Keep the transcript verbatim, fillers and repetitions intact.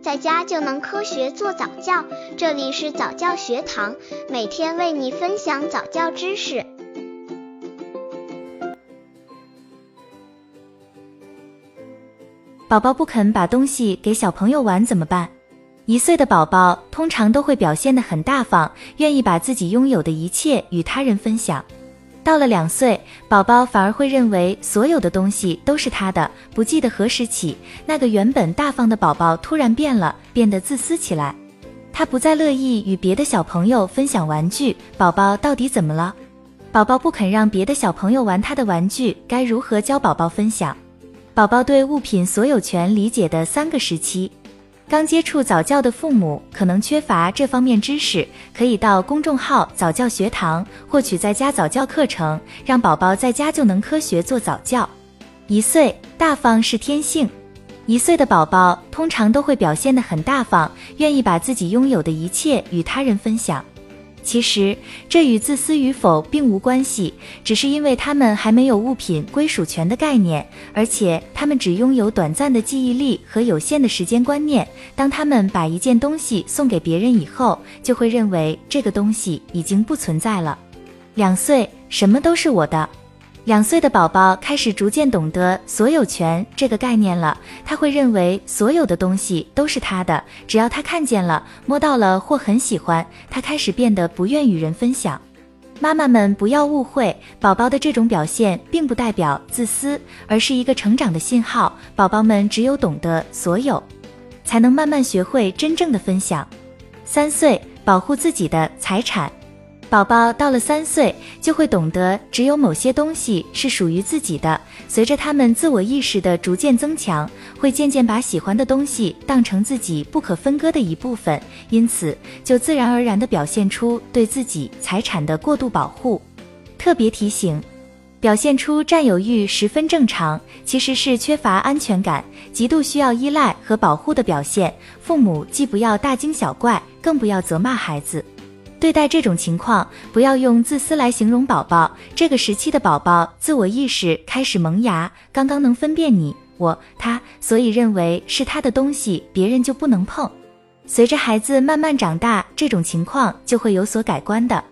在家就能科学做早教。这里是早教学堂，每天为你分享早教知识。 宝宝不肯把东西给小朋友玩怎么办？一岁的宝宝通常都会表现得很大方，愿意把自己拥有的一切与他人分享。到了两岁，宝宝反而会认为所有的东西都是他的，不记得何时起，那个原本大方的宝宝突然变了，变得自私起来。他不再乐意与别的小朋友分享玩具，宝宝到底怎么了？宝宝不肯让别的小朋友玩他的玩具，该如何教宝宝分享？宝宝对物品所有权理解的三个时期。刚接触早教的父母可能缺乏这方面知识，可以到公众号早教学堂获取在家早教课程，让宝宝在家就能科学做早教。一岁，大方是天性。一岁的宝宝通常都会表现得很大方，愿意把自己拥有的一切与他人分享。其实这与自私与否并无关系，只是因为他们还没有物品归属权的概念，而且他们只拥有短暂的记忆力和有限的时间观念。当他们把一件东西送给别人以后，就会认为这个东西已经不存在了。两岁，什么都是我的。两岁的宝宝开始逐渐懂得所有权这个概念了，他会认为所有的东西都是他的，只要他看见了、摸到了或很喜欢，他开始变得不愿与人分享。妈妈们不要误会，宝宝的这种表现并不代表自私，而是一个成长的信号。宝宝们只有懂得所有，才能慢慢学会真正的分享。三岁，保护自己的财产。宝宝到了三岁，就会懂得只有某些东西是属于自己的。随着他们自我意识的逐渐增强，会渐渐把喜欢的东西当成自己不可分割的一部分，因此就自然而然地表现出对自己财产的过度保护。特别提醒，表现出占有欲十分正常，其实是缺乏安全感，极度需要依赖和保护的表现。父母既不要大惊小怪，更不要责骂孩子。对待这种情况，不要用自私来形容宝宝。这个时期的宝宝自我意识开始萌芽，刚刚能分辨你、我、他，所以认为是他的东西，别人就不能碰。随着孩子慢慢长大，这种情况就会有所改观的。